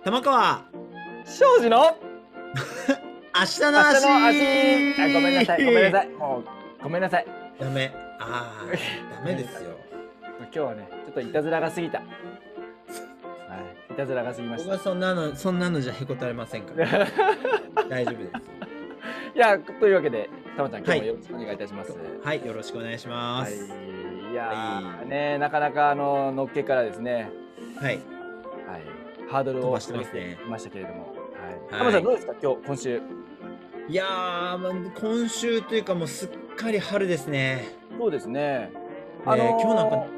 玉川庄司の明日の足。 あ、ごめんなさい、ごめんなさい、もうごめんなさい。 ダメ。ダメですよ。 今日はね、ちょっといたずらが過ぎた。はい、いたずらが過ぎまし僕はた。 そんなのじゃへこたれませんから。大丈夫です。 いや、というわけで、たまちゃん、今日もよろしくお願いいたします。 はい、よろしくお願いしまはい、 す。 いやーね、なかなかのっけからですね、 はい、 はい、ハードルを飛ばしてますね。 いましたけれども、はい。 はいたまちゃんどうですか、今週。 いやー、今週というかもうすっかり春ですね。 そうですね。 今日なんか、はい。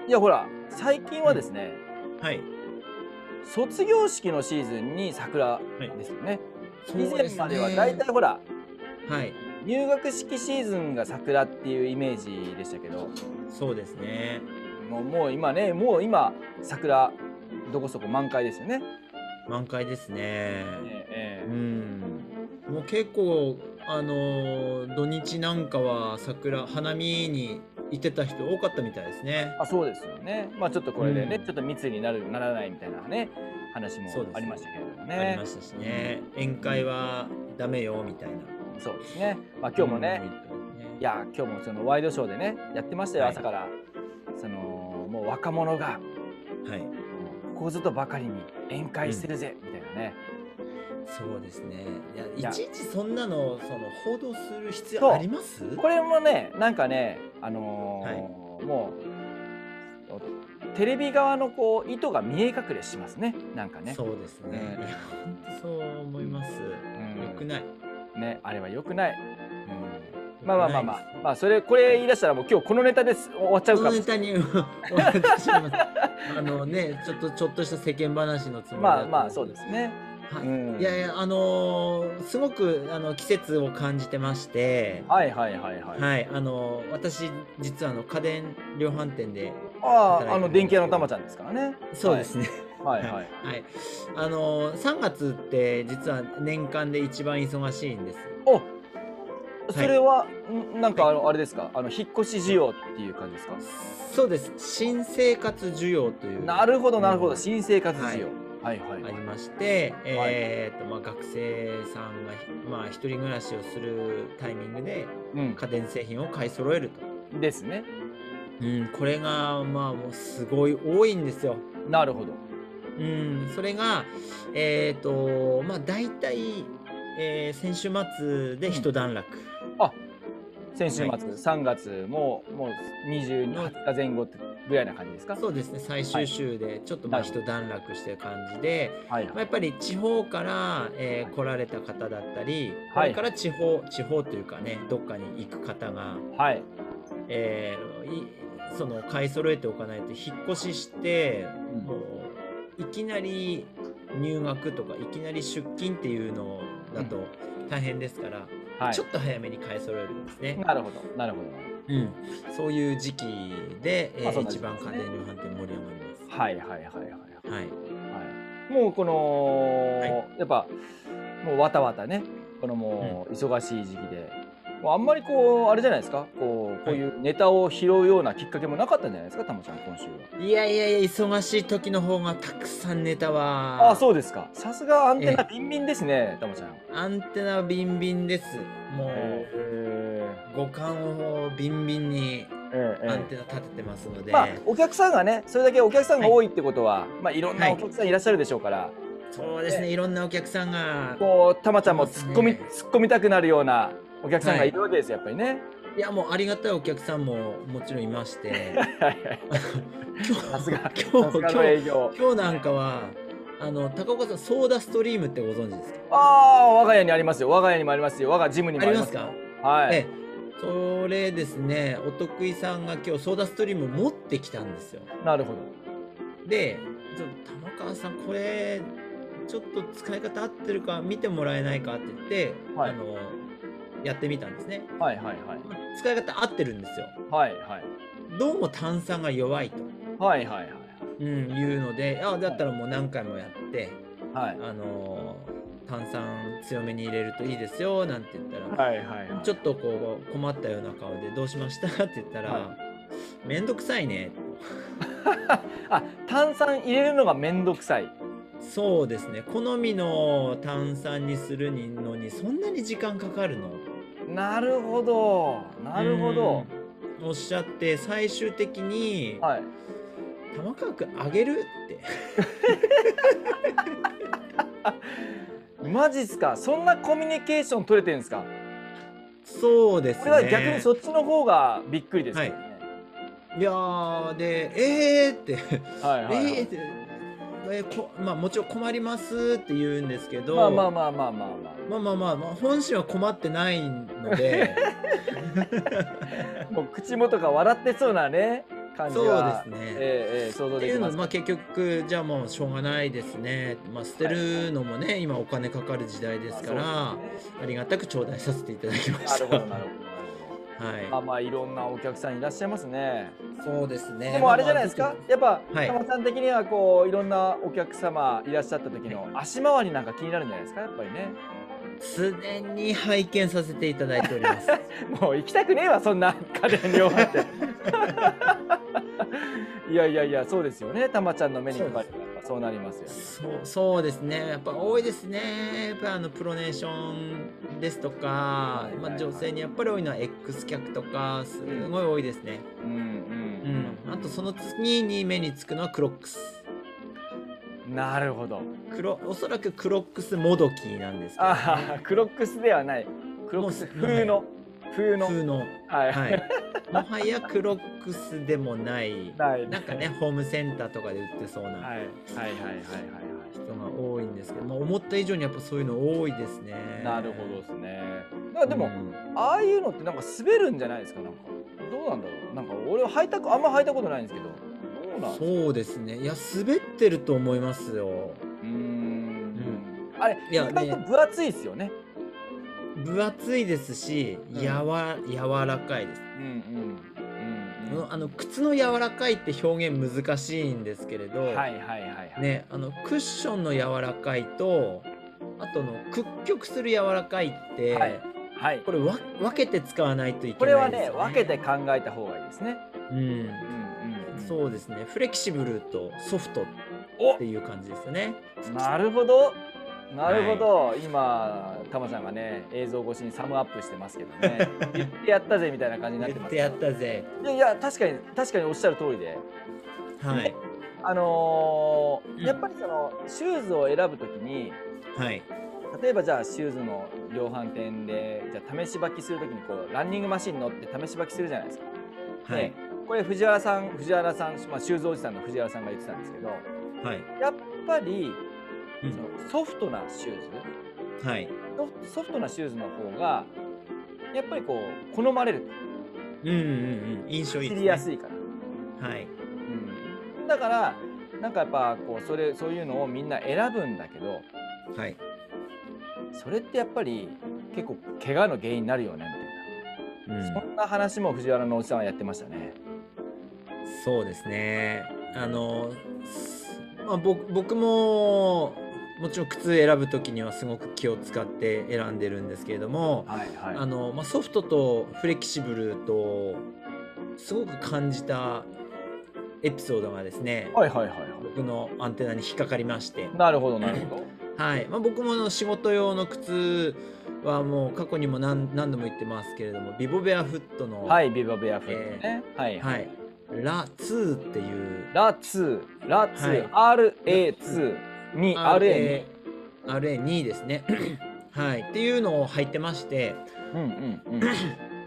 いやほら、最近はですね、 はい。 卒業式のシーズンに桜ですよね。以前まではだいたいほら、 はい。 入学式シーズンが桜っていうイメージでしたけど、 そうですね。 もう今桜どこそこ満開ですよね。 満開ですね。 ええもう結構土日なんかは花見に行ってた人多かったみたいですね。 あ、そうですよね。まあちょっとこれでね、 うんちょっと密にならないみたいなね、話もそうですねありましたけれどもありねま。したしね。宴会はダメよみたいな。 そうですね。まあ今日もね、 言ってますね。 いや今日もそのワイドショーでねやってましたよ、 はい朝から。もう若者がはい。 ここぞとばかりに宴会してるぜ、みたいなね。 そうですね。 いやいちいちそんなの報道する必そう要あります？ これもねなんかねもうテレビ側のこう意図が見え隠れしますね、なんかね。 そうですね。いや本当そう思います。良くない。 ね、あれは良くない。ま良くないですあこれ言い出したらもう今日このネタです終わっちゃうかもこのネタに終わってしまいますね、ちょっとした世間話のつもりだったんまあそうですね。 はい。いやいやすごく季節を感じてまして、 はい。 私実は家電量販店で電気屋のたまちゃんですからね。 そうですね。 はい。 3月って実は年間で一番忙しいんです。 お、それはなんかあれですか、引っ越し需要っていう感じですか。 そうです。新生活需要という。 なるほど新生活需要。はい。 ありまして、学生さんが一人暮らしをするタイミングで家電製品を買い揃えると。 ですね。 これがもうすごい多いんですよ。 なるほど。 それがだいたい先週末で一段落。 先週末、3月もう20日前後ぐらいな感じですか。 そうですね。最終週でちょっと一段落してる感じで、やっぱり地方から来られた方だったり、これから地方というかね、どっかに行く方が買い揃えておかないと引っ越しして、もういきなり入学とかいきなり出勤っていうのだと大変ですから、ちょっと早めに買い揃えるんですね。 なるほど。 そういう時期で一番家電量販店盛り上がります。 はい。もうやっぱもうわたわたね、もう忙しい時期で、あんまりあれじゃないですか、こういうネタを拾うようなきっかけもなかったんじゃないですか、たまちゃん今週は。 いや忙しい時の方がたくさんネタは。 あ、そうですか。さすがアンテナビンビンですね、たまちゃん。 アンテナビンビンです。もう五感をビンビンにアンテナ立ててますので、 お客さんがね、それだけお客さんが多いってことは、いろんなお客さんいらっしゃるでしょうから。 そうですね。いろんなお客さんがたまちゃんも突っ込みたくなるようなお客さんがいるわけですよ、やっぱりね。 いやもうありがたいお客さんももちろんいまして、 さすが今日なんかは高岡さん、ソーダストリームってご存知ですか？ 我が家にありますよ。我が家にもありますよ。我がジムにもありますか？ はい。 それですね、お得意さんが今日ソーダストリームを持ってきたんですよ。 なるほど。 で、玉川さんこれちょっと使い方合ってるか見てもらえないかって言って、やってみたんですね。使い方合ってるんですよ。どうも炭酸が弱いというので、だったらもう何回もやって、炭酸強めに入れるといいですよなんて言ったら、ちょっと困ったような顔でどうしましたって言ったら、めんどくさいね。 炭酸入れるのがめんどくさい。 そうですね。好みの炭酸にするのにそんなに時間かかるの？ なるほど。 うなるほど。 ーん。おっしゃって、最終的にはい。 玉川くんあげるって。 マジっすか。そんなコミュニケーション取れてるんですか。 そうですこれは逆にね。 そっちの方がびっくりですはい。 けどね。 いやー、で、って、 はいはいはい。 って、まあもちろん困りますって言うんですけまあまあど、 まあまあまあまあ。 本心は困ってないので、 もう口元が笑ってそうなね、感じそうですは、 ね。 想像っていうのまあ、 できますけど。 結局、じゃあもうしょうがないですね。まあ、捨てはいはい。 るのもね、今お金かかる時代でまあ、 すかそうですよら、 ね。 ありがたく頂戴させていただきました。 なるほどなるほどなるほど。 はい。 まあまあ、いろんなお客さんいらっしゃいますね。 そうですね。 でもあれじゃないずっとですか、やっぱ、 はい。 玉さん的にはこう、いろんなお客様いらっしゃった時の足回りなんか気になるんじゃないですか、やっぱりね。 常に拝見させていただいております。 もう行きたくねえわ、そんな家電量販店。いやいやいや、そうですよね。たまちゃんの目にそうです。 かかればやっぱそうなりますよ。 そうですね。やっぱ多いですね。やっぱりプロネーションですとか、 はいまあ、 はいはい。 女性にやっぱり多いのは X 脚とか、すうん。 ごい多いですね。 うんうんあとその次に目につくのはクロックス。 うん。なるほど。 おそらくクロックスもどきなんですけれども、 ああ、クロックスではない。クロックスもはや風の。 風の、 はい。 はい。もはやクロックスでもない、 ないなんかね、 ね。 ホームセンターとかで売ってそうなはい。はいはいはいはいはい。 人が多いんですけど、まあ、思った以上にやっぱそういうの多いですね。 なるほどですね。だからでも、 うん。 ああいうのってなんか滑るんじゃないですか、なんか。どうなんだろう。なんか俺はあんま履いたことないんですけど、どうなんですか？ そうですね。いや、滑ってると思いますよ。 うーうん。 ん。あれ、 いやね、 意外と分厚いですよね。 分厚いですし、 うん。 柔らかいです。 うんうん。うんうん。 靴の柔らかいって表現難しいんですけれど、 はいはいはいはい。 ね、クッションの柔らかいと、あと屈曲する柔らかいっはい。 て、 はい。 これ分けて使わないといけないですこれはね、 よね。 分けて考えた方がいいですね。 うん。 うんうんうん。 そうですね。フレキシブルとソフトっお、 ていう感じですよね。 なるほど。なるはい。 ほど。今、たまちゃんがね、映像越しにサムアップしてますけどね。言ってやったぜみたいな感じになっ言ってやってますけど。 たぜ。 いやいや、確かにおっしゃる通りで。で、 はい。 やっうん。 ぱりそのシューズを選ぶときに、 はい。 例えばじゃあシューズの量販店で、じゃあ試し履きするときにこうランニングマシンに乗って試し履きするじゃないですか。で、 はい。 これ藤原さん、まあ、シューズおじさんの藤原さんが言ってたんですけど、 はい。 やっぱりうん。 そのソフトなシューズ、 はい。 ソフトなシューズの方がやっぱりこう好まれると。 うんうんうん。印象いい走ですね。 りやすいから。 はい。 うん。だからなんかやっぱこうそういうのをみんな選ぶんだけど、 はい。 それってやっぱり結構怪我の原因になるよねみたいな。そうん。 んな話も藤原のおじさんはやってましたね。 そうですね。まあ、僕も、もちろん靴選ぶときにはすごく気を使って選んでるんですけれども、 はいはい。 まあ、ソフトとフレキシブルとすごく感じたエピソードがですね、 はいはいはいは僕のアンテナに引っかかりまして、 い。なるほどなるほど。 はい。まあ、僕も仕事用の靴はもう過去にも何度も言ってますけれども、ビボベアフットの、 はい、ビバベアフットえね。はいはい。 はい、ラ2っていう、 ラはい、 2、RA2 に RA2。 RA2 ですね。はい。っていうのを履いてまして、 うんうんうん。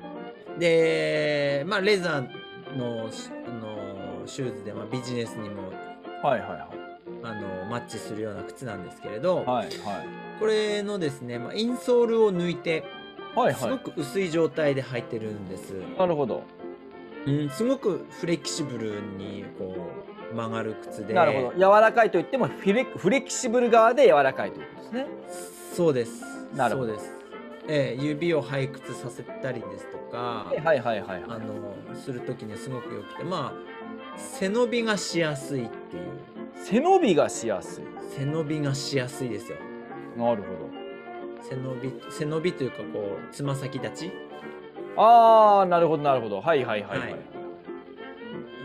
で、まあ、レザーの、シューズで、まあ、ビジネスにも、 はいはいはい。 マッチするような靴なんですけれど、 はいはい。 これのですね、まあ、インソールを抜いて、すはいはい。 ごく薄い状態で履いてるんです。 なるほど。 すごくフレキシブルにこう曲がる靴なるほど。 で、 柔らかいと言ってもフレキシブル側で柔らかいということですね。 そうです。 なるほど。 そうです。指を背屈させたりですとか、 はいはいはいはいはい。 する時にすごく良くて、まあ、背伸びがしやすいっていう。 背伸びがしやすい。 背伸びがしやすいですよ。 なるほど。 背伸びというか、こう、つま先立ち。 ああ、なるほどなるほど。はいはいはいはい。 はい。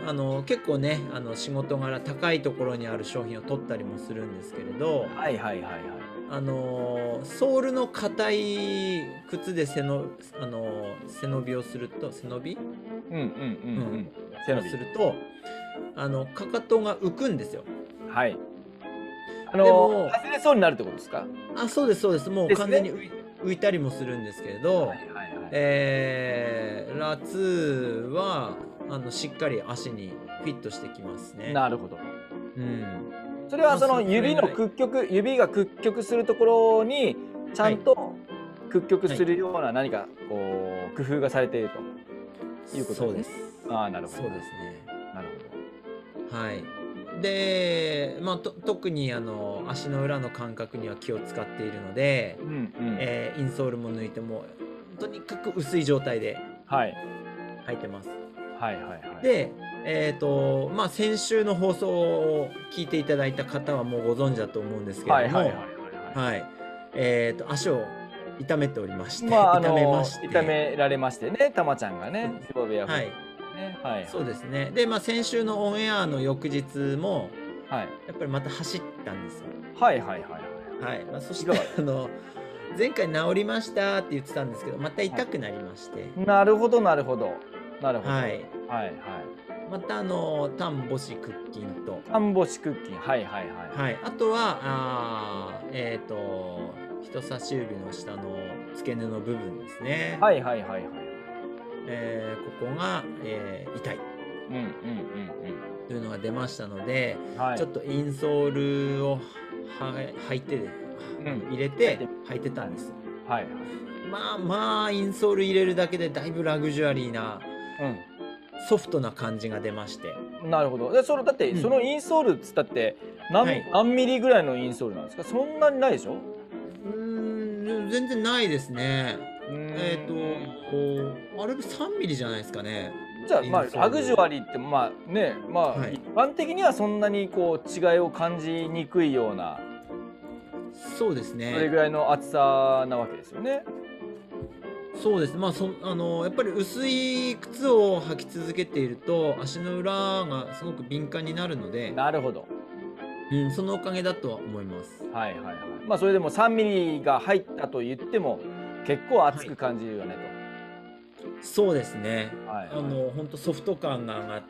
結構ね、仕事柄高いところにある商品を取ったりもするんですけれど、 はいはいはいはい。 ソールの硬い靴で背伸びをすると、背伸びうんうんうんううんん。背伸び。 をすると、かかとが浮くんですよ。 はい。 でも、 外れそうになるってことですか？ そうですそうです。もうですね。 完全に浮いたりもするんですけれど、 はいはいはい。 ラツは、しっかり足にフィットしてきますね。 なるほど。 うん。 それはそのそれぐらい。 指が屈曲するところに、ちゃはい。 んと屈曲はい。 するような何かこう工夫がされているということですね。 そうです。 ああ、なるほど。 そうですね。 なるほど。 はい。で、特に足の裏の感覚には気を使っているので、 うんうん。 インソールも抜いても、とにかく薄い状態ではい。 履いてます。 はいはいはい。 で、先週の放送を聞いていただいた方はもうご存知だと思うんですけれども、 はいはいはいはい。 はい。足を痛めておりまして、 まあ、 痛めまし痛て、 められましてね、たまちゃんがね、 そうです。 ズボベアフはい。 ね。はいはい。 そうですね。で、先週のオンエアの翌日も、 はい。 やっぱりまた走ったんですよ。 はいはいはいはい。 はい。そしていかがですか？ 前回治りましたって言ってたんですけど、または痛くなりまして、 い。なるほどなるほど。なるほど。 はい。 はいはい。 また丹母子屈筋と、 タンボシクッキン。はいはいはい。 はい。あとは、人差し指の下の付け根の部分ですね。 はいはいはいはい。 ここが、痛いうんうんうんというのが出ましたので、 うん。はい。 ちょっとインソールを履いて、入れて履いてたんです。 はいはい。 インソール入れるだけでだいぶラグジュアリーな、ソフトな感じが出まして。 うん。なるほど。で、だって、そのインソールっつったって、何ミリぐらいのインソールなんですか？そんなにないでしょ？ 全然ないですね。 うーん。 あれ3ミリじゃないですかね。 じゃあ、ラグジュアリリーって、 はい。 一般的にはそんなにこう違いを感じにくいような、 そうですそれね。 ぐらいの厚さなわけですよね。 そうです。やっぱり薄い靴を履き続けていると、足の裏がすごく敏感になるので、 なるほど。 そのおかげだとは思います。 はいはいはい。それでも3ミリが入ったと言っても、結構はい。 厚く感じるよねそうですね。 と。はいはい。 ほんとソフト感が上がって、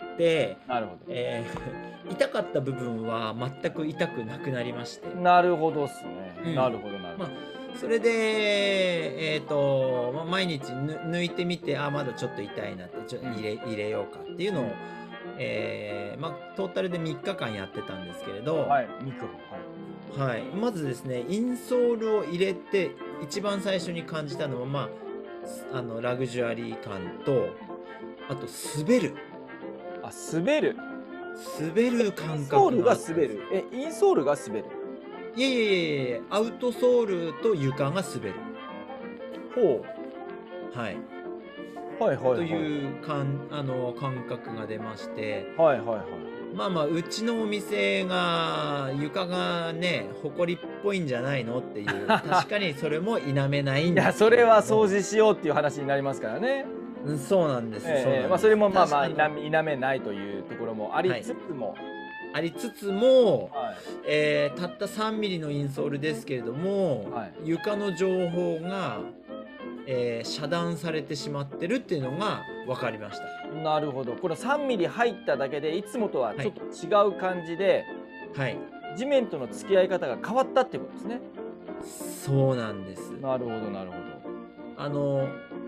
なるほど。 痛かった部分は全く痛くなくなりまして。 なるほどっすね。 うん。 なるほどなるほど。 それで、毎日抜いてみて、まだちょっと痛いなって、入れようかっていうのを、トータルで3日間やってたんですけれど、 はい、肉はい。 はい。まずですね、インソールを入れて、一番最初に感じたのは、ラグジュアリー感と、あと滑る。 あ、滑る。 滑るイン感ソールが覚があったん滑る。 ですよ。 インソールが滑る。 いえいえいえいえ、アウトソールと床が滑る。 ほはい。 う。はいはいはい。 という感覚が出まして、 はいはいはい。 うちのお店が床がね、埃っぽいんじゃないのっていう、確かにそれも否めないんいや、 ですけそれはれども、 掃除しようっていう話になりますからね。 そうなんです、そうなんです。 それも確否めないというところもありはい。 つつも、 ありつつも、 はたった3ミリのインソールですけれども、 はい。 床の情報が、遮断されてしまってるっていうのが分かりました。 なるほど。この3ミリ入っただけで、いつもとはちょっと違う感じで、 はい。 地面との付き合い方が変わったっていうことですね。 そうなんです。 なるほどなるほあの、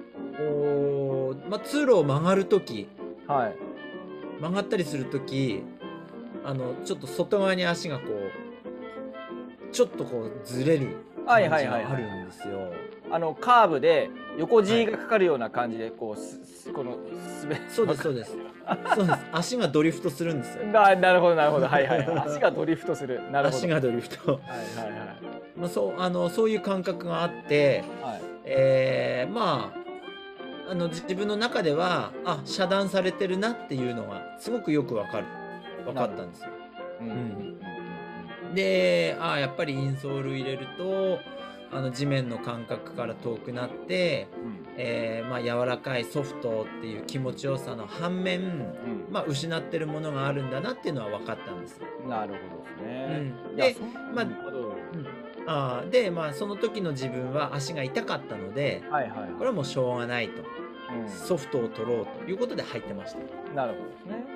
通路を曲がるとき、 ど。はい。 曲がったりするとき、ちょっと外側に足がちょっとずれるはい感じがはいはいはい。 あるんですよ。 カーブで横は G がい。 かかるような感じで、このそうです、 わかそうです。そうです。足がドリフトするんですよ。 なるほどなるほど。はいはい。足がドリフトする。なるほど。 足がドリフト。 はいはいはい。 そういう感覚があって、 はい。 自分の中では、遮断されてるなっていうのがすごくよく分かったんですよ。 うんうんうんうんで、やっぱりインソール入れると、 地面の感覚から遠くなって、まあ、柔らかいソフトっていう気持ちよさの反面、まあ、失ってるものがあるんだなっていうのは分かったんです。 なるほどですね。 で、まあ、まあ、その時の自分は足が痛かったので、これはもうしょうがないと、ソフトを取ろうということで入ってました。 なるほどですね。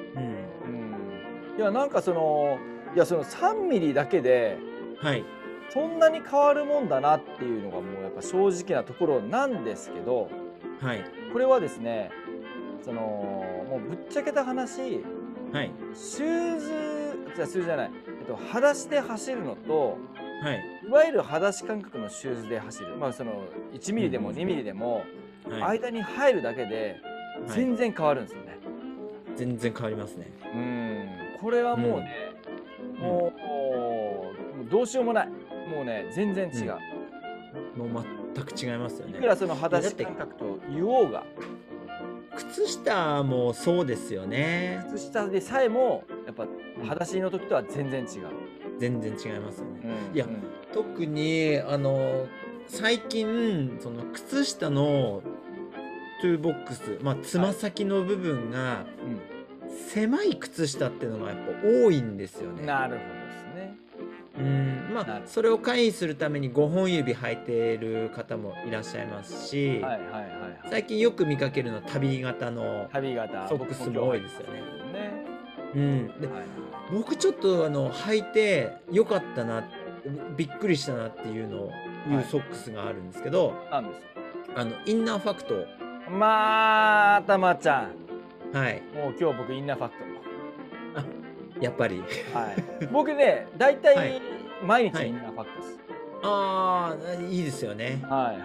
いや、なんかその3ミリだけで、そんなに変わるもんだなっていうのがもうやっぱ正直なところなんですけど、これはですね、もうぶっちゃけた話、シューズじゃない、裸足で走るのと、いわゆる裸足感覚のシューズで走る、まあその1ミリでも2ミリでも間に入るだけで全然変わるんですよね。 全然変わりますね。 これはもうね、もうどうしようもない。もうね、全然違う。 もう全く違いますよね。 いくらその裸足感覚と言おうが。 靴下もそうですよね。 靴下でさえもやっぱ裸足の時とは全然違う。 全然違いますよね。いや、特に最近その靴下のトゥーボックス、まあつま先の部分が狭い靴下っていうのがやっぱ多いんですよね。 なるほどですね。 まあそれを回避するために5本指履いている方もいらっしゃいますし、最近よく見かけるのは旅型のソックスも多いですよね。で、僕ちょっと履いてよかったな、びっくりしたなっていうソックスがあるんですけど、インナーファクト。 まあ、たまちゃん。もう今日僕インナーファクト。 やっぱり。 僕ね、だいたい毎日インナーファクトです。 ああ、いいですよね。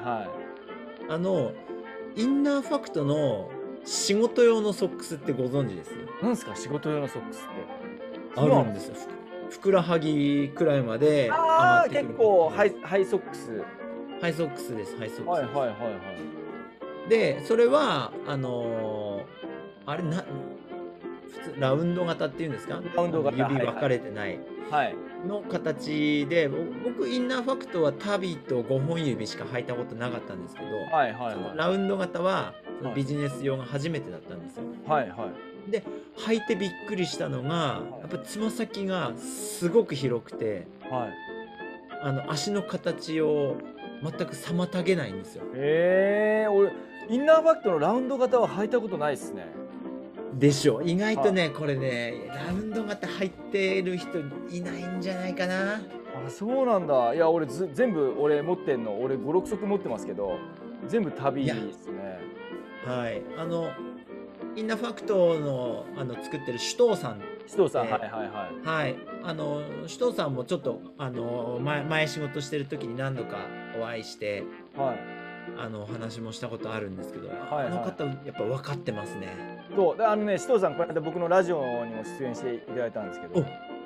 インナーファクトの仕事用のソックスってご存知です？ なんですか、仕事用のソックスって。 あるんですよ。ふくらはぎくらいまで余ってくる。結構ハイソックス。 ハイソックスです。ハイソックス。で、それはあれ普通ラウンド型っていうんですか？ ラウンド型。 指分かれてないの形で、僕インナーファクトは足袋と5本指しか履いたことなかったんですけど、ラウンド型はビジネス用が初めてだったんですよ。で、履いてびっくりしたのが、やっぱつま先がすごく広くて、足の形を全く妨げないんですよ。 俺インナーファクトのラウンド型は履いたことないですね。 でしょ。意外とね、これね、ラウンド型入ってる人いないんじゃないかな。 そうなんだ。いや、俺全部俺持ってんの、俺5、6足持ってますけど、全部旅ですね。 インナーファクトの作ってる首藤さん。 首藤さん、 首藤さんもちょっと前仕事してる時に何度かお会いして、お話もしたことあるんですけど、あの方やっぱ分かってますね。 そう、首藤さんこの間僕のラジオにも出演していただいたんですけど、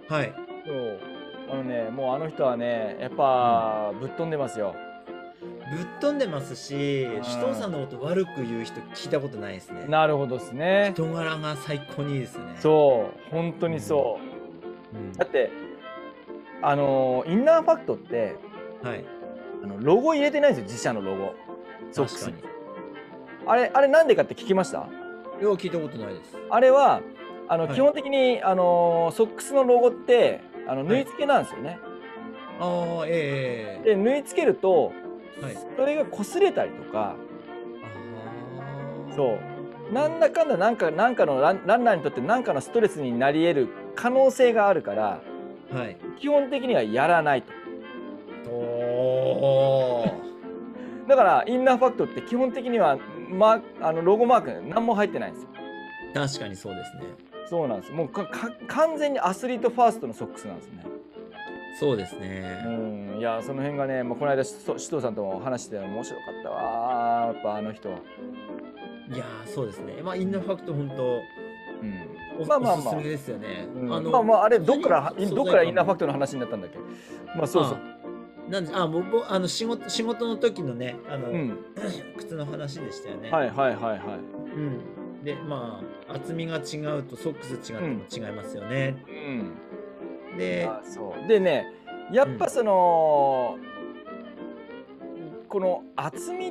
もうあの人はね、やっぱぶっ飛んでますよ。 ぶっ飛んでますし、首藤さんのこと悪く言う人聞いたことないですね。 なるほどですね。 人柄が最高にいいですね。 そう、本当にそう。だってインナーファクトってロゴ入れてないんですよ、自社のロゴ。 確かに。 あれなんでかって聞きました？ いや、聞いたことないです。 あれは基本的にソックスのロゴって縫い付けなんですよね。で縫い付けるとそれが擦れたりとか、そうなんだかんだなんかのランナーにとって何かのストレスになり得る可能性があるから、基本的にはやらないと。だからインナーファクトって基本的にはロゴマーク何も入ってないんですよ。 確かにそうですね。 そうなんです。もう完全にアスリートファーストのソックスなんですね。 そうですね。 いや、その辺がね、この間首藤さんとも話して面白かったわ、やっぱあの人は。 いや、そうですね。インナーファクト本当おすすめですよね。 あれどっからインナーファクトの話になったんだっけ？そうそう。 なんで僕仕事の時のね靴の話でしたよね。で厚みが違うとソックス違っても違いますよね。 でね、やっぱそのこの厚みって、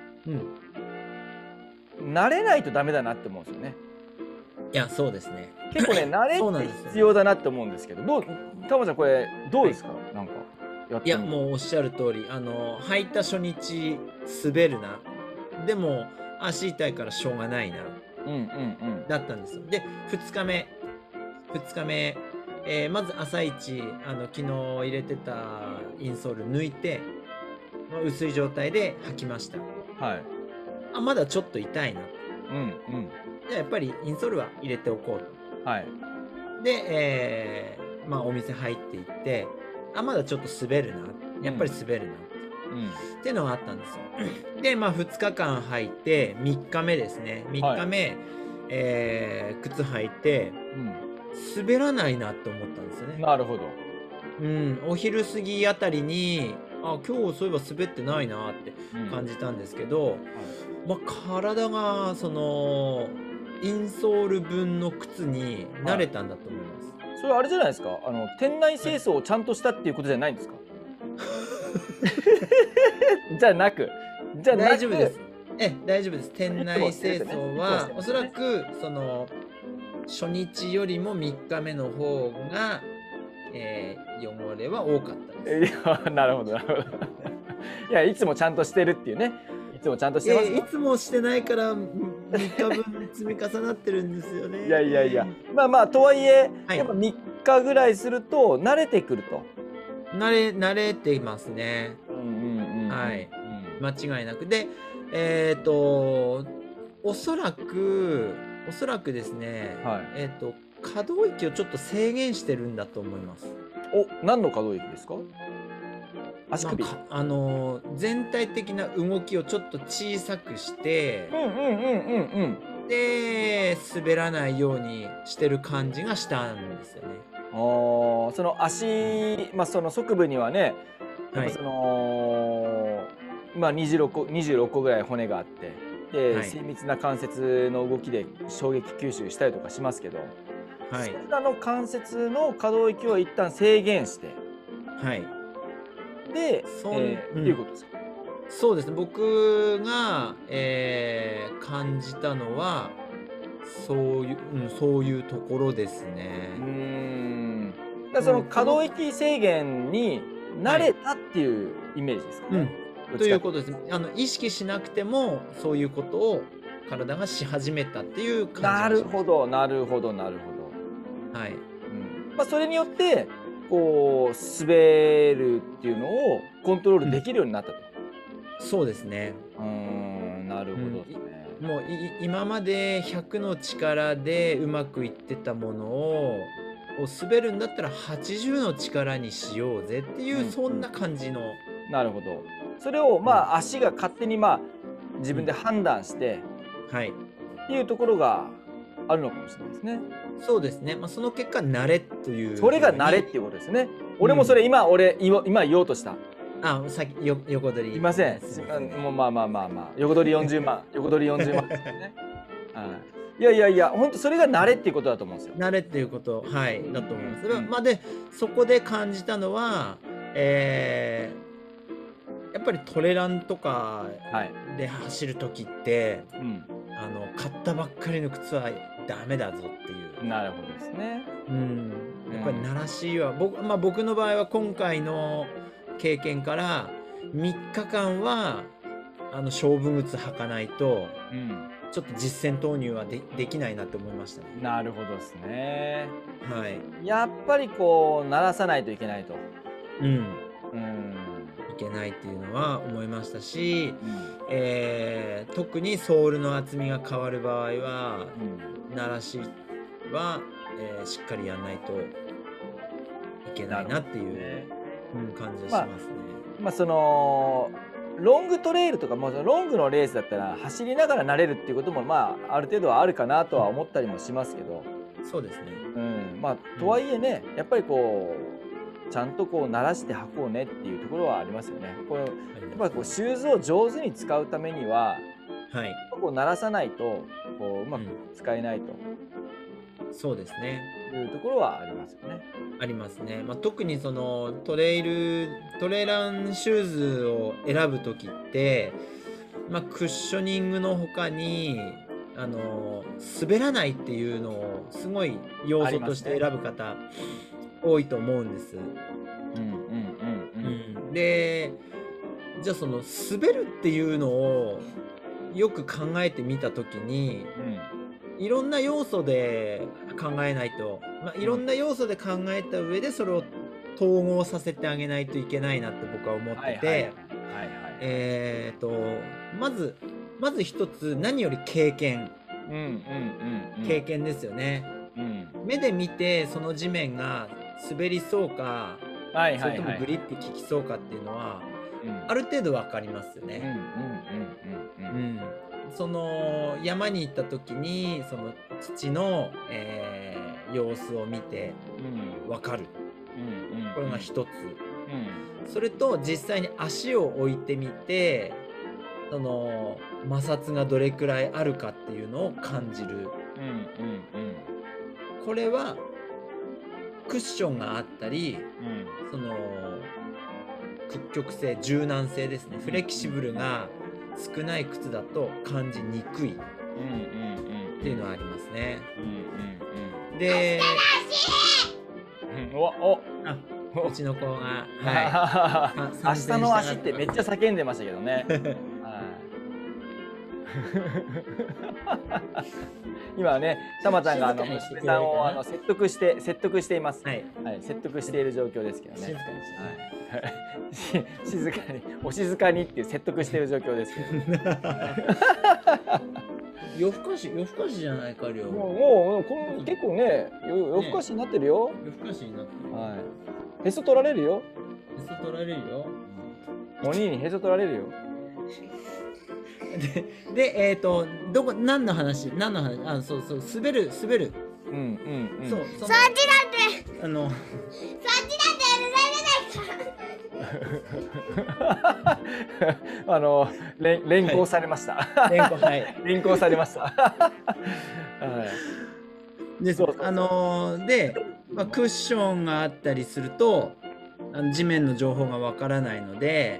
うん、 慣れないとダメだなって思うんですよね。 いや、そうですね。 結構ね、慣れって必要だなって思うんですけど、タマちゃんこれどうですか？なんかやってみて。 いや、もうおっしゃる通り、履いた初日滑るな。でも足痛いからしょうがないな。だったんですよ。で、2日目、まず朝一昨日入れてたインソール抜いて、薄い状態で履きました。 はい。 まだちょっと痛いな。じゃあやっぱりインソールは入れておこうと。 はい。 で、お店入っていって、まだちょっと滑るな。やっぱり滑るな。っていうのがあったんですよ。で、2日間履いて、3日目ですね。3日目、靴履いて、滑らないなって思ったんですよね。 なるほど。 お昼過ぎあたりに、今日そういえば滑ってないなって感じたんですけど、体がそのインソール分の靴に慣れたんだと思います。 それあれじゃないですか。店内清掃をちゃんとしたっていうことじゃないんですか？じゃなく、 大丈夫です。大丈夫です。店内清掃はおそらくその初日よりも3日目の方が、汚れは多かったです。 なるほどなるほど。いや、いつもちゃんとしてるっていうね。いつもちゃんとしてますよ。 いつもしてないから3日分積み重なってるんですよね。 いや、とはいえ、やっぱ3日ぐらいすると慣れてくると。 慣れていますね。はい、間違いなく。で、おそらくですね、可動域をちょっと制限してるんだと思います。 何の可動域ですか？足首。 全体的な動きをちょっと小さくして、で滑らないようにしてる感じがしたんですよね。 その足、その側部にはね、やっぱその、26個ぐらい骨があって、で、精密な関節の動きで衝撃吸収したりとかしますけど、それらの関節の可動域を一旦制限して、で、いうことですか？ そうですね。僕が、感じたのはそういうところですね。 その可動域制限に慣れたっていうイメージですかね。 ということです。意識しなくてもそういうことを体がし始めたっていう感じ。 なるほど。それによってこう滑るっていうのをコントロールできるようになったと。 そうですね。 なるほどですね。 もう今まで100の力でうまくいってたものを滑るんだったら80の力にしようぜっていう、そんな感じの。 なるほど。それを足が勝手に自分で判断して、っていうところがあるのかもしれないですね。 そうですね。その結果慣れという。 それが慣れっていうことですね。俺もそれ今言おうとした。 さっき横取り。 いません。もう横取り40万横取り40万ですね。いや本当それが慣れっていうことだと思うんですよ。 慣れっていうこと、だと思います。でそこで感じたのは、やっぱりトレランとかで走る時って、買ったばっかりの靴はダメだぞっていう。 なるほどですね。 やっぱり慣らしは僕の場合は今回の経験から3日間は勝負靴履かないと、ちょっと実践投入はできないなと思いましたね。 なるほどですね。やっぱりこう慣らさないといけないと。 いけないっていうのは思いましたし、特にソールの厚みが変わる場合は、慣らしは、しっかりやらないといけないなっていう感じがしますね。 そのロングトレイルとかロングのレースだったら走りながら慣れるっていうこともある程度はあるかなとは思ったりもしますけど、 そうですね。 とはいえね、やっぱりこうちゃんとこう慣らして履こうねっていうところはありますよね。やっぱりこうシューズを上手に使うためには、こう慣らさないとこううまく使えないと。 そうですね。 いうところはありますよね。 ありますね。特にそのトレランシューズを選ぶ時って、クッショニングの他に、滑らないっていうのをすごい要素として選ぶ方多いと思うんです。で、じゃあその滑るっていうのをよく考えてみた時に、いろんな要素で考えないと、いろんな要素で考えた上でそれを統合させてあげないといけないなって僕は思ってて、まず一つ、何より経験ですよね。目で見てその地面が滑りそうか、それともグリップ効きそうかっていうのはある程度分かりますよね。その山に行った時にその土の、様子を見て分かる、これが一つ。それと実際に足を置いてみて、その摩擦がどれくらいあるかっていうのを感じる。これはクッションがあったり、その屈曲性、柔軟性ですね、フレキシブルが少ない靴だと感じにくいっていうのはありますね。で、うちの子が、 明日の足ってめっちゃ叫んでましたけどね。今ね、たまちゃんが娘さんを説得しています。説得している状況ですけどね。静かに、お静かにっていう説得している状況ですけど。 夜更かしじゃないか、りょう。 もう結構ね、夜更かしになってるよ。 夜更かしになってる。 へそ取られるよ。 へそ取られるよ。 お兄にへそ取られるよ。 で、何の話、そう、滑る。そう、そっちだって。そっちだってやられないから。連行されました。連行されました。 で、クッションがあったりすると、地面の情報がわからないので、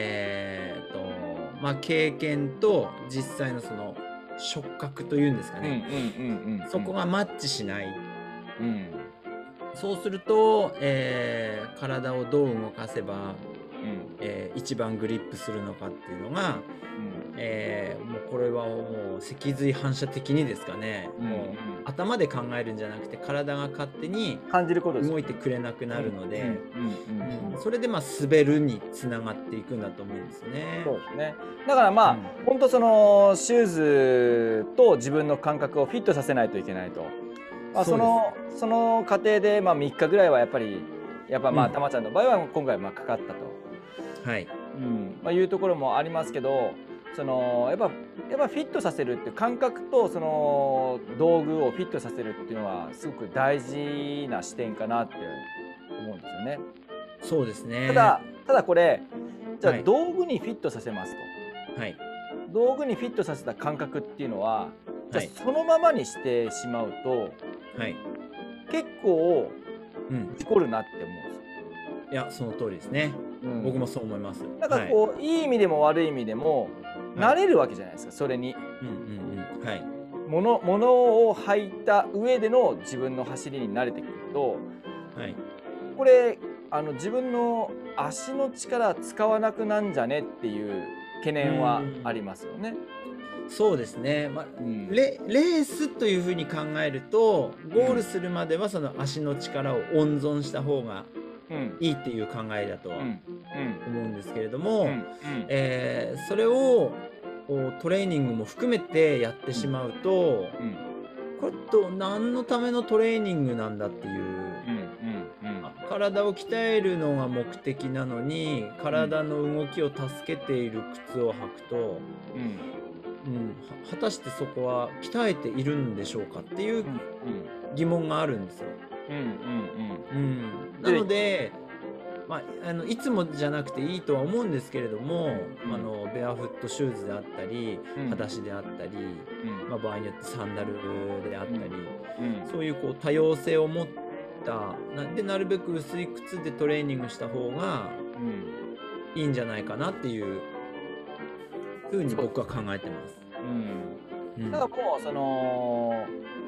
経験と実際のその触覚というんですかね、そこがマッチしない。そうすると、体をどう動かせば、一番グリップするのかっていうのが、もうこれはもう脊髄反射的にですかね、もう頭で考えるんじゃなくて体が勝手に感じること動いてくれなくなるので、それで滑るにつながっていくんだと思うんですね。 そうですね。だから本当そのシューズと自分の感覚をフィットさせないといけないと。その過程で3日ぐらいはやっぱたまちゃんの場合は今回かかったと、いうところもありますけど、そのやっぱフィットさせるっていう感覚とその道具をフィットさせるっていうのはすごく大事な視点かなって思うんですよね。 そうですね。 ただこれじゃあ道具にフィットさせますと。道具にフィットさせた感覚っていうのは、じゃあそのままにしてしまうと、結構事故るなって思うんですよ。 いや、その通りですね。僕もそう思います。 なんかこう、いい意味でも悪い意味でも慣れるわけじゃないですか、それに。物を履いた上での自分の走りに慣れてくると、これ自分の足の力使わなくなんじゃねっていう懸念はありますよね。 そうですね。レースというふうに考えると、ゴールするまではその足の力を温存した方がいいっていう考えだとは思うんですけれども、それをトレーニングも含めてやってしまうと、これと何のためのトレーニングなんだっていう、体を鍛えるのが目的なのに体の動きを助けている靴を履くと、果たしてそこは鍛えているんでしょうかっていう疑問があるんですよ。なのでいつもじゃなくていいとは思うんですけれども、 うんベアフットシューズであったり、 うん裸足であったり、 うん場合によってサンダルであったり、 うんそういうこう多様性を持ったなるべく薄い靴でトレーニングした方がうんいいんじゃないかなっていうふうにそう僕は考えてます。 だからもうその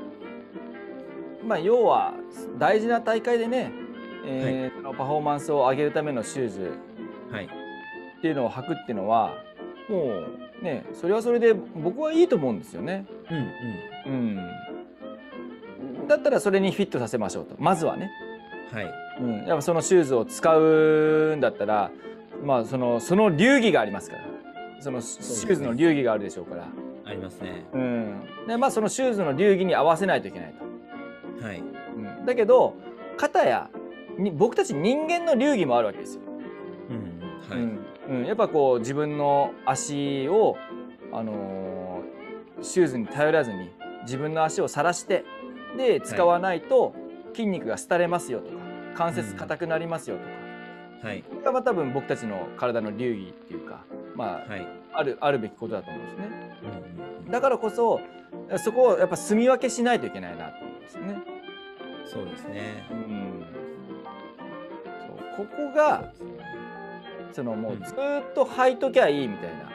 要は大事な大会でね、そのパフォーマンスを上げるためのシューズはい。 っていうのを履くっていうのはもうね、それはそれで僕はいいと思うんですよね。 うんうん。 だったらそれにフィットさせましょうと、まずはね。 はい。 やっぱそのシューズを使うんだったら、その流儀がありますから、そのシューズの流儀があるでしょうから。 ありますね。 でそのシューズの流儀に合わせないといけないと。 はい。 だけど片や僕たち人間の流儀もあるわけですよ。やっぱこう自分の足を、シューズに頼らずに自分の足を晒してで使わないと筋肉が廃れますよとか関節硬くなりますよとか、 はい。 これが多分僕たちの体の流儀っていうか、あるべきことだと思うんですね。だからこそそこをやっぱ住み分けしないといけないなと思うんですよね。 そうですね。 ここがそのもうずっと履いときゃいいみたいな。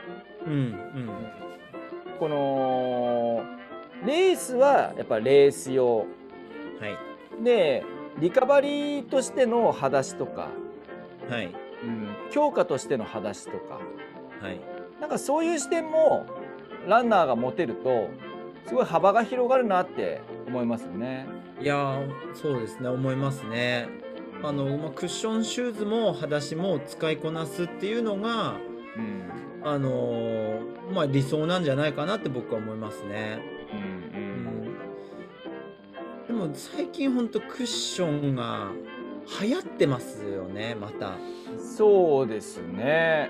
このレースはやっぱレース用。 はい。 でリカバリーとしての裸足とか、 はい。 強化としての裸足とか、 はい。 なんかそういう視点もランナーが持てるとすごい幅が広がるなって思いますよね。 いやー、そうですね、思いますね。クッションシューズも裸足も使いこなすっていうのが、理想なんじゃないかなって僕は思いますね。でも最近ほんとクッションが流行ってますよね、また。 そうですね。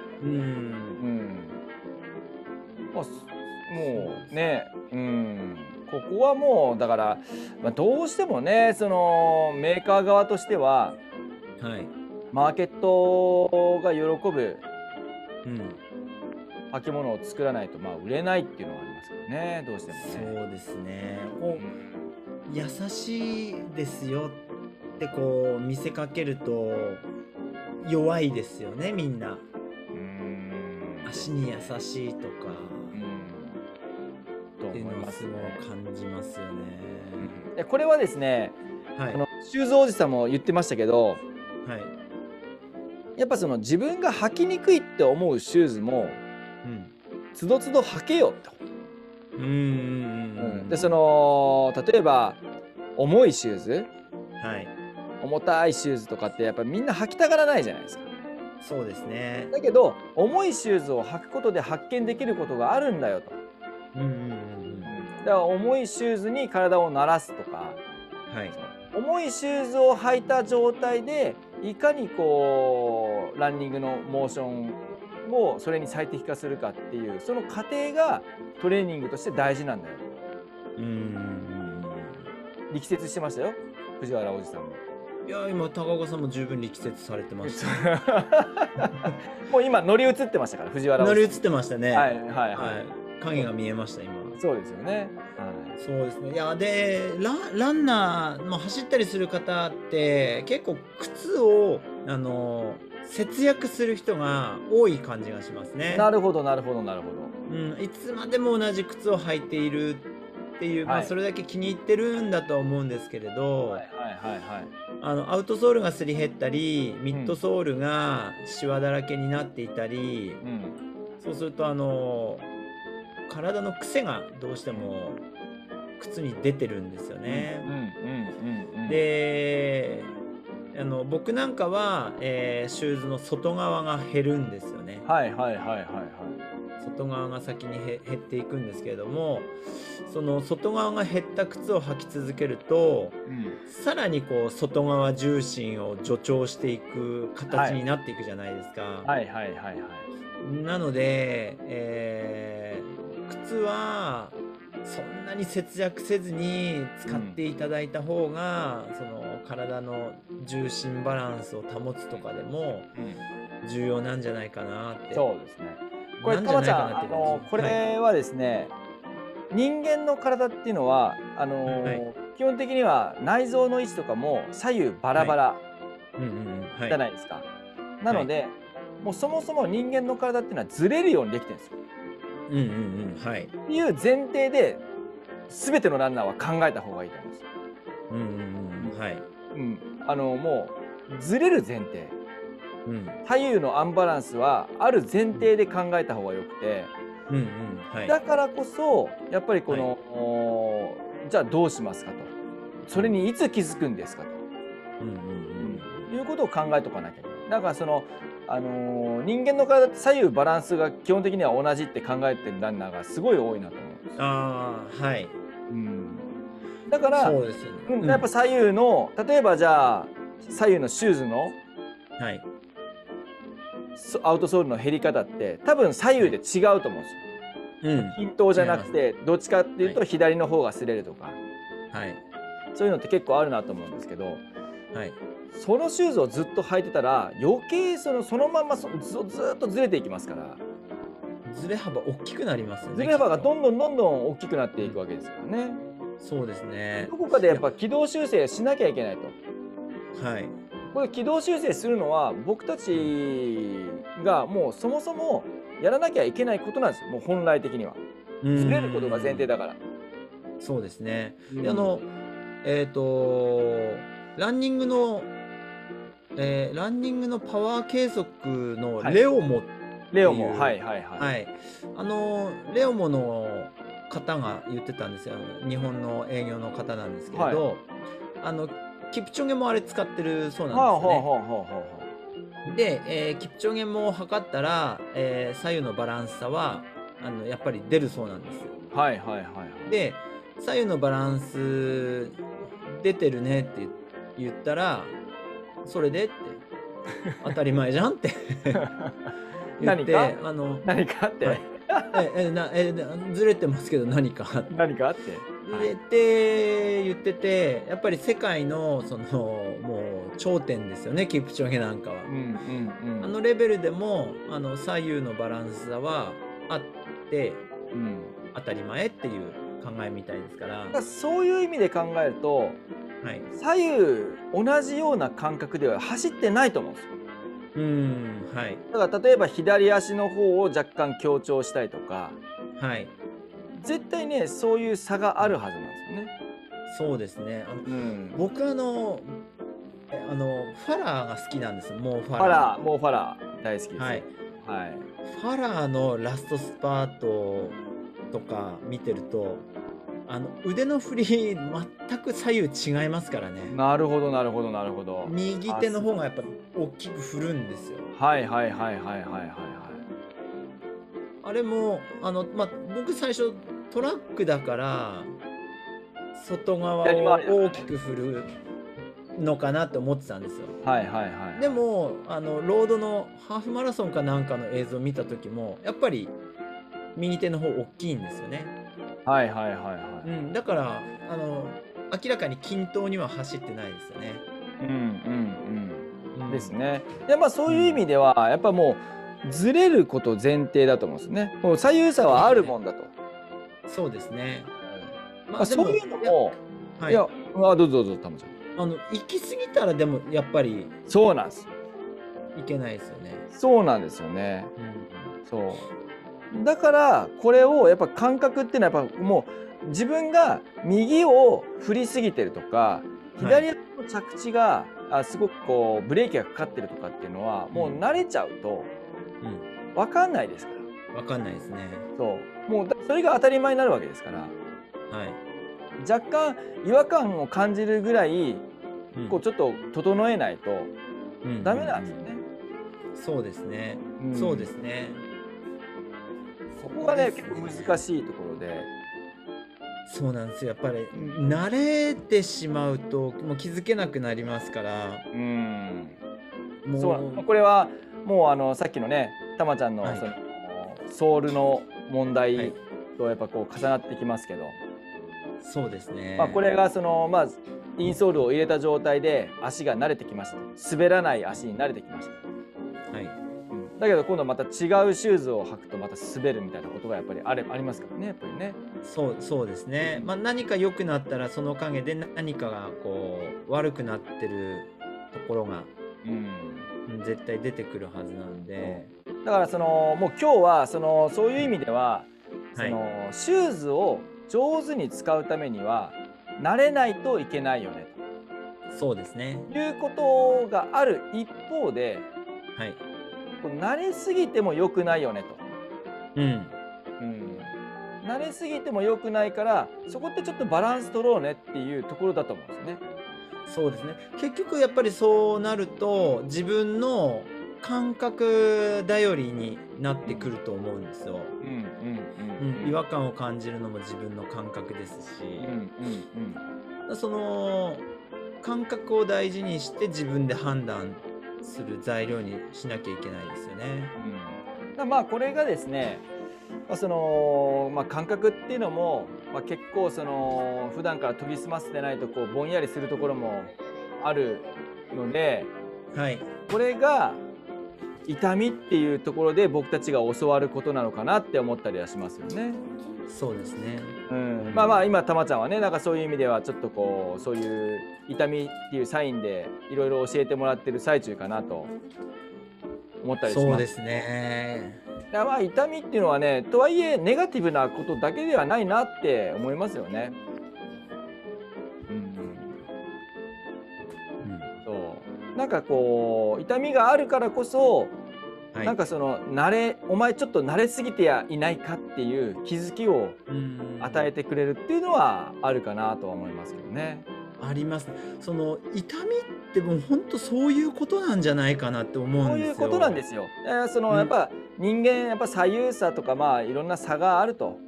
もうね、ここはもうだから、どうしてもねそのメーカー側としては、マーケットが喜ぶ履物を作らないと売れないっていうのはありますけどね、どうしてもね。 そうですね。優しいですよってこう見せかけると弱いですよね、みんな。足に優しいとかっていうのはすごい感じますよね。 これはですね、シューズおじさんも言ってましたけど、やっぱその自分が履きにくいって思うシューズもつどつど履けよと。でその例えば重いシューズ、重たいシューズとかってやっぱみんな履きたがらないじゃないですか。 そうですね。 だけど重いシューズを履くことで発見できることがあるんだよと。だから重いシューズに体を慣らすとか、重いシューズを履いた状態でいかにこうランニングのモーションをそれに最適化するかっていうその過程がトレーニングとして大事なんだよ。力説してましたよ、藤原おじさんも。 いや今高岡さんも十分力説されてました。 もう今乗り移ってましたから、藤原おじさん。 乗り移ってましたね。影が見えました今。 そうですよね。 そうですね。いやでランナー走ったりする方って結構靴を節約する人が多い感じがしますね。 なるほどなるほどなるほど。いつまでも同じ靴を履いているっていう、それだけ気に入ってるんだとは思うんですけれど、アウトソールがすり減ったりミッドソールがシワだらけになっていたり、そうすると体の癖がどうしても靴に出てるんですよね。で僕なんかは、シューズの外側が減るんですよね。外側が先に減っていくんですけれども、その外側が減った靴を履き続けると、さらにこう外側重心を助長していく形になっていくじゃないですか。なので、靴はそんなに節約せずに使っていただいた方が、その体の重心バランスを保つとかでも重要なんじゃないかなって。 そうですね。これ、たまちゃん、これはですね、人間の体っていうのは、基本的には内臓の位置とかも左右バラバラじゃないですか。なので、もうそもそも人間の体っていうのはずれるようにできてるんですよ。っていう前提で全てのランナーは考えた方がいいと思うんですよ。もうずれる前提、左右のアンバランスはある前提で考えた方がよくて、だからこそやっぱりこの、じゃあどうしますかと、それにいつ気づくんですかと、いうことを考えとかなきゃいけない。だからその人間の体って左右バランスが基本的には同じって考えてるランナーがすごい多いなと思うんですよ。だからやっぱ左右の、例えばじゃあ左右のシューズのアウトソールの減り方って多分左右で違うと思うんですよ。均等じゃなくてどっちかっていうと左の方が擦れるとか、そういうのって結構あるなと思うんですけど、そのシューズをずっと履いてたら余計そのままずっとずれていきますから、 ずれ幅大きくなりますよね。 ずれ幅がどんどん大きくなっていくわけですからね。 そうですね。 どこかでやっぱ軌道修正しなきゃいけないと。これ軌道修正するのは僕たちがもうそもそもやらなきゃいけないことなんですよ。もう本来的にはずれることが前提だから。 そうですね。ランニングのパワー計測のレオモレオモの方が言ってたんですよ。日本の営業の方なんですけれど、キプチョゲもあれ使ってるそうなんですよね。で、キプチョゲも測ったら、左右のバランス差はやっぱり出るそうなんですよ。で、左右のバランス出てるねって言ったら、それでって当たり前じゃんって言って、 何かってずれてますけど何かって言ってて、やっぱり世界のそのもう頂点ですよね、キプチョゲなんかは。レベルでも左右のバランス差はあって当たり前っていう考えみたいですから。 そういう意味で考えると、左右同じような感覚では走ってないと思うんですよ。だから例えば左足の方を若干強調したいとか、絶対ねそういう差があるはずなんですよね。 そうですね。僕ファラーが好きなんです。モーファラー大好きです。ファラーのラストスパートとか見てると、腕の振り全く左右違いますからね。 なるほど。 右手の方がやっぱ大きく振るんですよ。あれも僕最初トラックだから外側を大きく振るのかなって思ってたんですよ。でもロードのハーフマラソンかなんかの映像を見た時もやっぱり右手の方大きいんですよね。だから明らかに均等には走ってないですよね。 ですね。でそういう意味ではやっぱもうずれること前提だと思うんですね。もう左右差はあるもんだと。 そうですね。 そういうのもいやどうぞたまちゃん。 行き過ぎたらでもやっぱりそうなんです。 いけないですよね。 そうなんですよね。だからこれをやっぱ感覚っていうのはやっぱもう自分が右を振りすぎてるとか左足の着地がすごくこうブレーキがかかってるとかっていうのはもう慣れちゃうと分かんないですから。 分かんないですね。 もうそれが当たり前になるわけですから、若干違和感を感じるぐらいこうちょっと整えないとダメなんですよね。 そうですね。そうですね。 そこがね結構難しいところで。 そうなんですよ。やっぱり慣れてしまうともう気づけなくなりますから。 これはもうさっきのねたまちゃんのそのソールの問題とやっぱこう重なってきますけど。 そうですね。 これがそのインソールを入れた状態で足が慣れてきました。滑らない足に慣れてきました。はい。だけど今度また違うシューズを履くとまた滑るみたいなことがやっぱりありますからね、やっぱりね。 そうですね。何か良くなったらその陰で何かがこう悪くなってるところが絶対出てくるはずなんで。 だからもう今日はそういう意味ではシューズを上手に使うためには慣れないといけないよねと。そうですね。 いうことがある一方で、はい。慣れすぎても良くないよねと。慣れすぎても良くないからそこってちょっとバランス取ろうねっていうところだと思うんですね。 そうですね。結局やっぱりそうなると自分の感覚頼りになってくると思うんですよ。違和感を感じるのも自分の感覚ですし、その感覚を大事にして自分で判断する材料にしなきゃいけないですよね。 まあこれがですね、感覚っていうのも、結構普段から研ぎ澄ませてないとこうぼんやりするところもあるので、はい、これが痛みっていうところで僕たちが教わることなのかなって思ったりはしますよね。 そうですね。 今たまちゃんはね、なんかそういう意味ではちょっとこうそういう痛みっていうサインでいろいろ教えてもらってる最中かなと思ったりします。 そうですね。 痛みっていうのはね、とはいえネガティブなことだけではないなって思いますよね。なんかこう痛みがあるからこそ、なんかお前ちょっと慣れすぎてやいないかっていう気づきを与えてくれるっていうのはあるかなとは思いますけどね。 あります。痛みってもう本当そういうことなんじゃないかなって思うんですよ。 そういうことなんですよ。やっぱ人間やっぱ左右差とかいろんな差があると、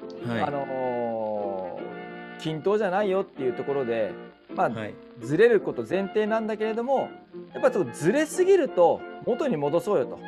均等じゃないよっていうところで、ずれること前提なんだけれども、やっぱずれすぎると元に戻そうよと。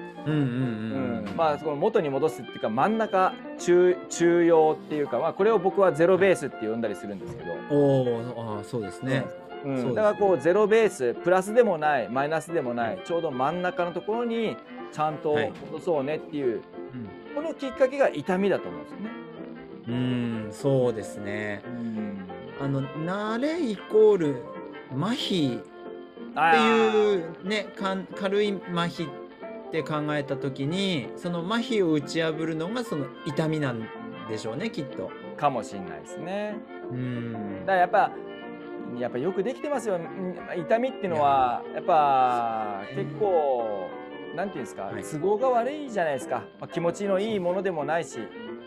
その元に戻すっていうか真ん中中庸っていうか、これを僕はゼロベースって呼んだりするんですけど。 そうですね。 だからこうゼロベース、プラスでもないマイナスでもない、ちょうど真ん中のところにちゃんと戻そうねっていう、このきっかけが痛みだと思うんですよね。 そうですね。慣れイコール麻痺っていうね、軽い麻痺って考えた時に、その麻痺を打ち破るのがその痛みなんでしょうね、きっと。 かもしれないですね。だからやっぱよくできてますよ。痛みっていうのはやっぱ結構なんていうんですか、都合が悪いじゃないですか。気持ちのいいものでもないし。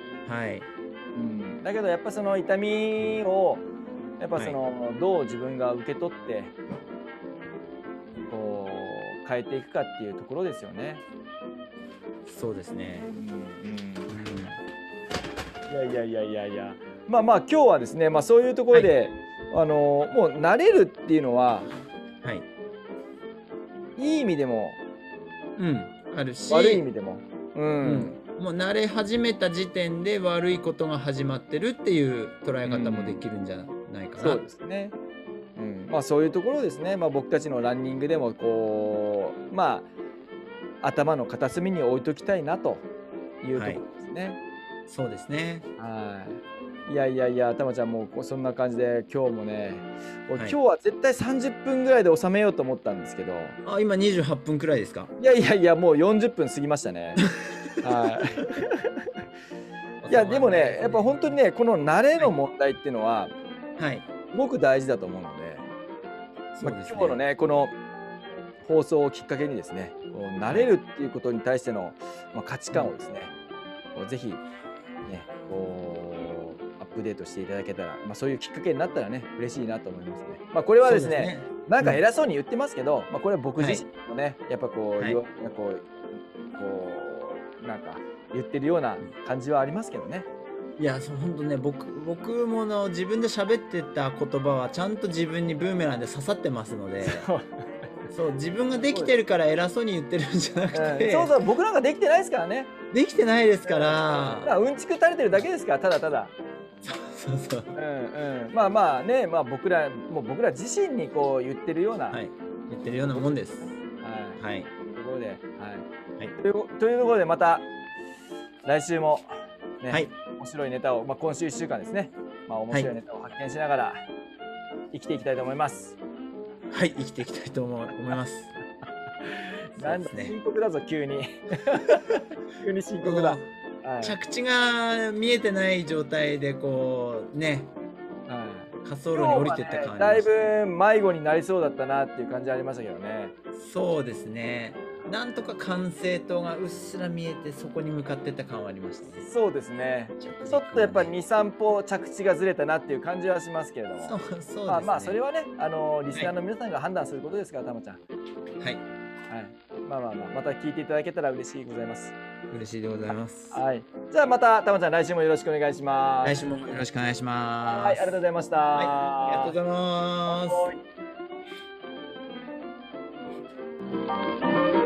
だけどやっぱその痛みをやっぱどう自分が受け取ってこう変えていくかっていうところですよね。 そうですね。 いや今日はですね、そういうところで、もう慣れるっていうのは、いい意味でも、 あるし悪い意味でも、 もう慣れ始めた時点で悪いことが始まってるっていう捉え方もできるんじゃないかな。 そうですね。そういうところですね。僕たちのランニングでもこう頭の片隅に置いときたいなというところですね。 そうですね。 いやたまちゃんもそんな感じで今日もね、今日は絶対30分ぐらいで収めようと思ったんですけど、 今28分くらいですか？ いやもう40分過ぎましたね。いやでもね、やっぱ本当にね、この慣れの問題っていうのはすごく大事だと思うので、今日のねこの放送をきっかけにですね、慣れるっていうことに対しての価値観をですね、ぜひねアップデートしていただけたら、そういうきっかけになったらね嬉しいなと思いますね。これはですね、なんか偉そうに言ってますけど、これは僕自身のね、やっぱなんか言ってるような感じはありますけどね。 いや、本当ね、僕も自分で喋ってた言葉はちゃんと自分にブーメランで刺さってますので。自分ができてるから偉そうに言ってるんじゃなくて、 僕なんかできてないですからね。 できてないですから、 うんちく垂れてるだけですから、ただただ。 そうそう。 うんうん。まあまあね、まあ僕ら、もう僕ら自身にこう言ってるようなはい。言ってるようなもんです。 はい。 はい。 ということで、はい。 はい。 というところでまた来週もね、 はい。 面白いネタを、まあ、今週1週間ですね、まあ、面はい。 白いネタを発見しながら生きていきたいと思います。 はい、生きていきたいと思います。 なんだ、 そうですね。 深刻だぞ、急に。急に深刻だ。 もう、 はい。 着地が見えてない状態でこう、ね、 はい。 滑走路に今日はね、 降りてった感ありだいましたね。 ぶ迷子になりそうだったなっていう感じありましたけどね。 そうですね。なんとか管制塔がうっすら見えて、そこに向かってった感はありましたね。 そうですね。 着ちょっとやっぱ陸がね。 2、3歩着地がずれたなっていう感じはしますけれども。 そうまあまあ、そですね。 れはね、リスナーはい。 の皆さんが判断することですから、たまちゃん。 はい。 はい。まあまあまあ、また聞いていただけたら嬉しいございます。 嬉しいでございます。 はい。じゃあまた、たまちゃん、来週もよろしくお願いします。 来週もよろしくお願いしはい、ありがとうます。 ございましはい、ありがとうた。 ございます。 はい。